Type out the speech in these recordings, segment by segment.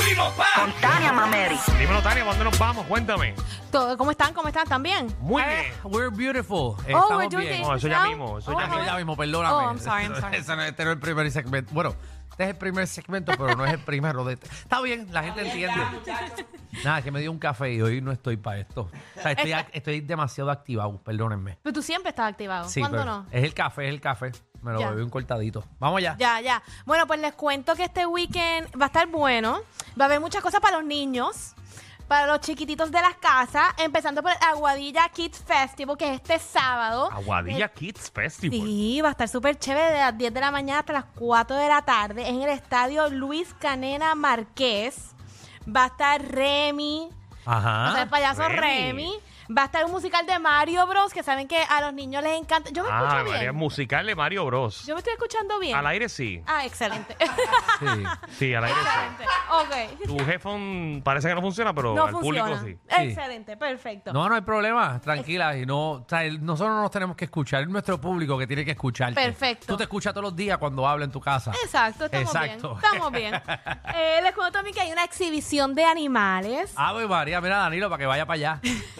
fuimos pa. Con Tania Mameri. Dímelo, Tania, ¿cuándo nos vamos? Cuéntame. ¿Cómo están? ¿Cómo están? ¿Están bien? Muy bien. We're beautiful. we're Estamos doing bien. this. No, eso ya mismo, eso ya Oh, mismo. Ya mismo, perdóname. Oh, I'm sorry. Este no es el primer segmento. Bueno, este es el primer segmento, pero no es el primero. Está bien, la gente entiende. Nada, que me dio un café y hoy no estoy para esto. O sea, estoy demasiado activado, perdónenme. Pero tú siempre estás activado. Sí, ¿Cuándo pero no? es el café. Me lo Ya. bebí un cortadito. Vamos allá. Ya. Bueno, pues les cuento que este weekend va a estar bueno. Va a haber muchas cosas para los niños, para los chiquititos de las casas, empezando por el Aguadilla Kids Festival, que es este sábado. Aguadilla Kids Festival. Sí, va a estar súper chévere de las 10 de la mañana hasta las 4 de la tarde en el estadio Luis Canena Márquez. Va a estar Remy, va a Ajá. estar el payaso Remy. Remy. Va a estar un musical de Mario Bros, que saben que a los niños les encanta. Yo me escucho Ah, María, bien. musical de Mario Bros. Yo me estoy escuchando bien. Al aire sí. Ah, excelente. Sí. Sí, al aire sí. Ok. Tu headphone parece que no funciona, pero No al funciona. público sí. Excelente, perfecto. No hay problema, tranquila. Y no, o sea, nosotros no nos tenemos que escuchar, es nuestro público que tiene que escucharte. Perfecto. Tú te escuchas todos los días cuando habla en tu casa. Exacto, estamos Exacto. bien. Estamos bien. Les cuento también que hay una exhibición de animales. Ave María, mira a Danilo para que vaya para allá.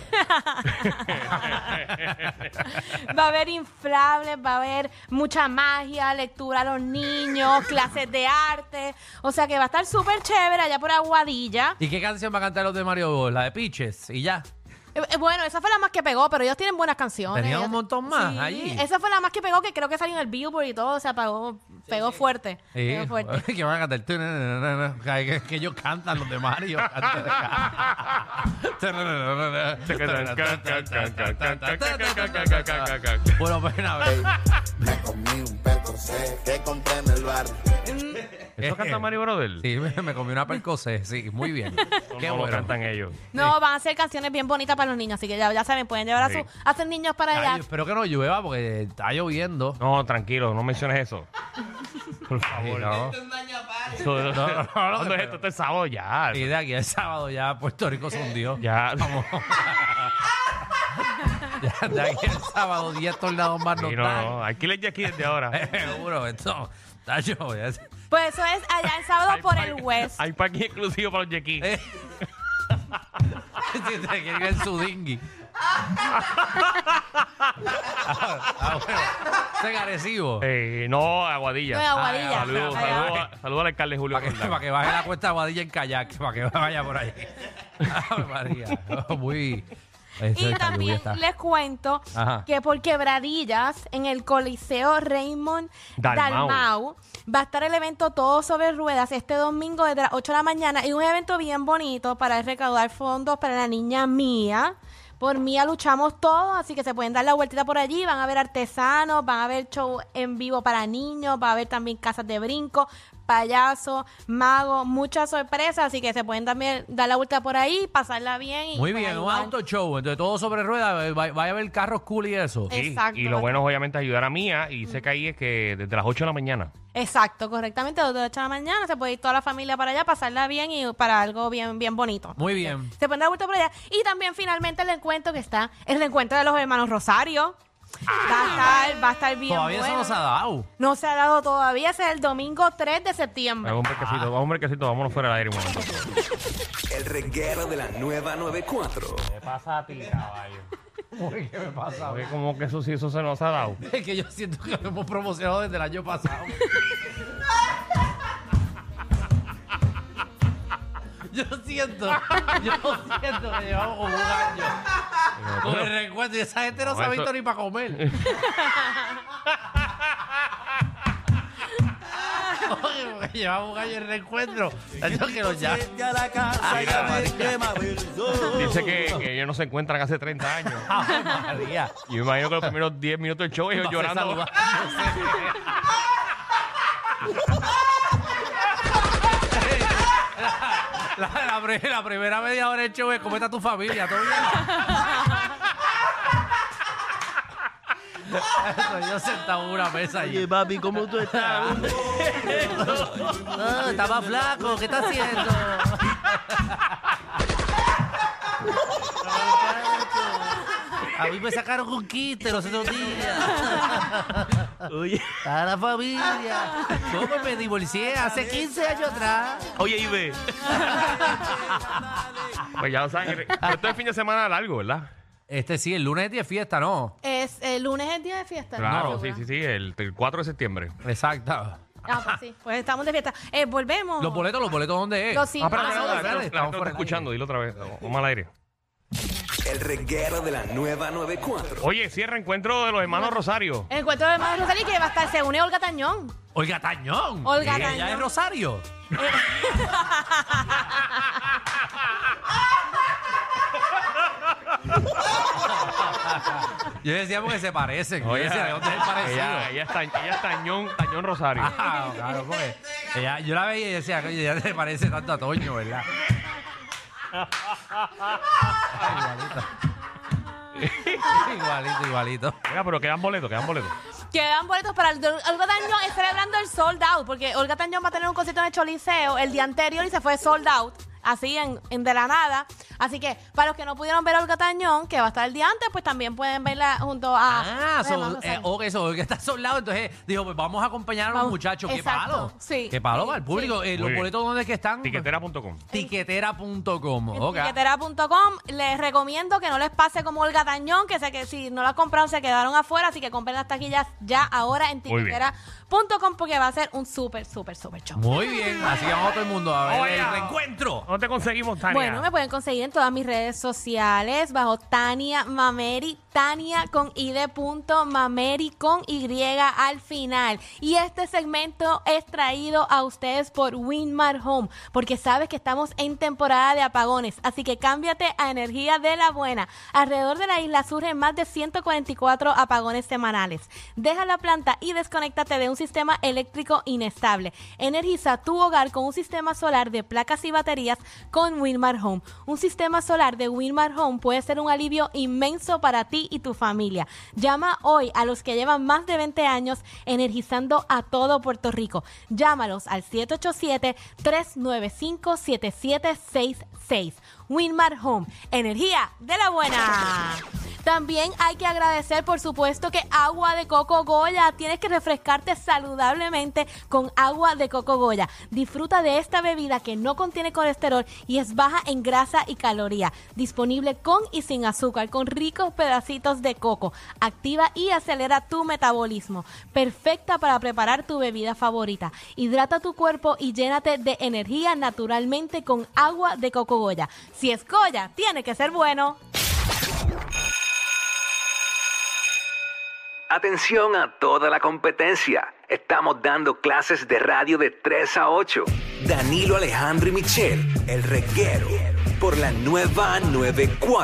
Va a haber inflables, va a haber mucha magia, lectura a los niños, clases de arte. O sea que va a estar súper chévere allá por Aguadilla. ¿Y qué canción va a cantar los de Mario Bros? La de Peaches y ya. Bueno, esa fue la más que pegó, pero ellos tienen buenas canciones. Tenían un montón más Sí, allí. esa fue la más que pegó, que creo que salió en el Billboard y todo. O sea, pegó fuerte. Sí, Pegó fuerte. que van a cantar. Que ellos cantan los de Mario. Bueno, pues a ver. Me comí un percocé que compré en el bar. ¿Eso canta Mario Brother? Sí, me comí una percocé, sí, muy bien. Qué No lo bueno. cantan ellos. No, van a ser canciones bien bonitas para los niños, así que ya saben, pueden llevar Sí. a sus niños para allá. Ay, espero que no llueva porque está lloviendo. No, tranquilo, no menciones eso. Por favor. No. Eso- no, ¿Cuándo es esto? Este es sábado ya. Y de aquí al sábado ya Puerto Rico se hundió. Ya. Vamos. Ya, de aquí al sábado 10 tornados más no Sí, no. Alquilen ya aquí desde ahora. Seguro, esto está lloviendo. Pues eso es allá el sábado Hay por pa- el West. Hay parking exclusivo para los yequis. Si te quieren en su dinghy. Bueno, ese es agresivo. No, Aguadilla. No, en Aguadilla. Saludos Allá. saludo al alcalde Julio Para Roldán. que baje la cuesta Aguadilla en kayak, para que vaya por ahí. Ave María. Muy. Y esta lluvia también está. les cuento Ajá. que por Quebradillas, en el Coliseo Raymond Dalmau. Dalmau, va a estar el evento Todo sobre Ruedas este domingo desde las 8 de la mañana. Y un evento bien bonito para recaudar fondos para la niña Mía. Por Mía luchamos todos, así que se pueden dar la vueltita por allí. Van a haber artesanos, van a haber show en vivo para niños, va a haber también casas de brinco, payasos, magos, muchas sorpresas. Así que se pueden también dar la vuelta por ahí, pasarla bien. Y Muy pues, bien, un igual. auto show. Entonces, todo sobre ruedas. Vaya a ver carros cool y eso. Sí, Exacto. y lo bueno es obviamente ayudar a Mía. Y sé que ahí es que desde las 8 de la mañana. Exacto, correctamente. Desde las 8 de la mañana se puede ir toda la familia para allá, pasarla bien y para algo bien, bien bonito. Muy bien. Se pueden dar vuelta por allá. Y también finalmente el encuentro que está, el reencuentro de los hermanos Rosario. Va a estar bien Todavía bueno. eso no se ha dado. No se ha dado todavía, ese es el domingo 3 de septiembre. Vamos un brequecito, vámonos fuera del aire un momento. El reguero de la nueva 94. ¿Qué pasa a ti, caballo? ¿Qué me pasa? Porque como que eso sí, eso se nos ha dado. Es que yo siento que lo hemos promocionado desde el año pasado. Yo siento que llevamos como un año con el reencuentro y esa gente no No, se ha eso- visto ni para comer. Oye, porque llevamos un año en reencuentro. Yo que los ya. Llegué a la casa y a ver que me abrazó. Dice que ellos no se encuentran hace 30 años. Ave María. Y me imagino que los primeros 10 minutos del show ellos No sé llorando. saludándose. La primera media hora del show es cómo está tu familia, ¿todo bien? Eso, yo sentado en una mesa allí. Oye, papi, ¿cómo tú estás? No, estaba flaco, ¿qué está haciendo? A mí me sacaron un quiste los otros días. Oye, Está la familia. ¿Cómo me divorcié hace 15 años atrás? oye, Ibe. Pues ya lo saben. Esto es fin de semana largo, ¿verdad? Sí, el lunes es día de fiesta, ¿no? Es el lunes es día de fiesta. Claro, ¿no? sí, el 4 de septiembre. Exacto. Ah, pues sí, pues estamos de fiesta. Volvemos. ¿Los boletos dónde es? Los cinco. Espérate, Ah, espérate, espérate, la estamos gente fuera está del escuchando, dilo otra vez. Vamos al aire. El reguero de la nueva 94. Oye, cierra encuentro de los hermanos Rosario. El encuentro de Madre Rosalía que va a estar, se une Olga Tañón. Olga Tañón. Olga ¿Ella Tañón. es Rosario? Yo decía porque se parecen. Yo decía, ¿de dónde es el parecido? Ella es Tañón Rosario. Ah, claro, porque yo la veía y decía, oye, ya se parece tanto a Toño, ¿verdad? Igualito. Venga, pero quedan boletos. Quedan boletos para Olga Tañón, es celebrando el sold out, porque Olga Tañón va a tener un concierto en el Choliseo el día anterior y se fue sold out, así en de la nada. Así que para los que no pudieron ver a Olga Tañón, que va a estar el día antes, pues también pueden verla junto a... Olga está soldado, entonces dijo, pues vamos a acompañar a los Vamos, muchachos. ¡Qué exacto, palo! sí. ¡Qué palo para el público! Muy ¿Los bien. boletos dónde es que están? Tiquetera.com. Tiquetera.com. En Ok. tiquetera.com. Les recomiendo que no les pase como Olga Tañón, que sé que si no la compraron se quedaron afuera, así que compren las taquillas ya ahora en Muy bien. tiquetera.com porque va a ser un súper show. Muy bien, así que vamos todo el mundo a ver Vamos el allá. reencuentro. ¿Dónde te conseguimos, Tania? Bueno, me pueden conseguir en todas mis redes sociales bajo Tania Mameri, Tania con I de punto, Mameri con Y al final. Y este segmento es traído a ustedes por Winmar Home, porque sabes que estamos en temporada de apagones, así que cámbiate a energía de la buena. Alrededor de la isla surgen más de 144 apagones semanales. Deja la planta y desconéctate de un sistema eléctrico inestable. Energiza tu hogar con un sistema solar de placas y baterías con Winmar Home. Un sistema solar de Winmar Home puede ser un alivio inmenso para ti y tu familia. Llama hoy a los que llevan más de 20 años energizando a todo Puerto Rico. Llámalos al 787-395-7766. Winmar Home, energía de la buena. También hay que agradecer, por supuesto, que agua de coco Goya. Tienes que refrescarte saludablemente con agua de coco Goya. Disfruta de esta bebida que no contiene colesterol y es baja en grasa y caloría. Disponible con y sin azúcar, con ricos pedacitos de coco. Activa y acelera tu metabolismo. Perfecta para preparar tu bebida favorita. Hidrata tu cuerpo y llénate de energía naturalmente con agua de coco Goya. Si es Goya, tiene que ser bueno. Atención a toda la competencia. Estamos dando clases de radio de 3 a 8. Danilo Alejandro y Michelle, el reguero, por la nueva 94.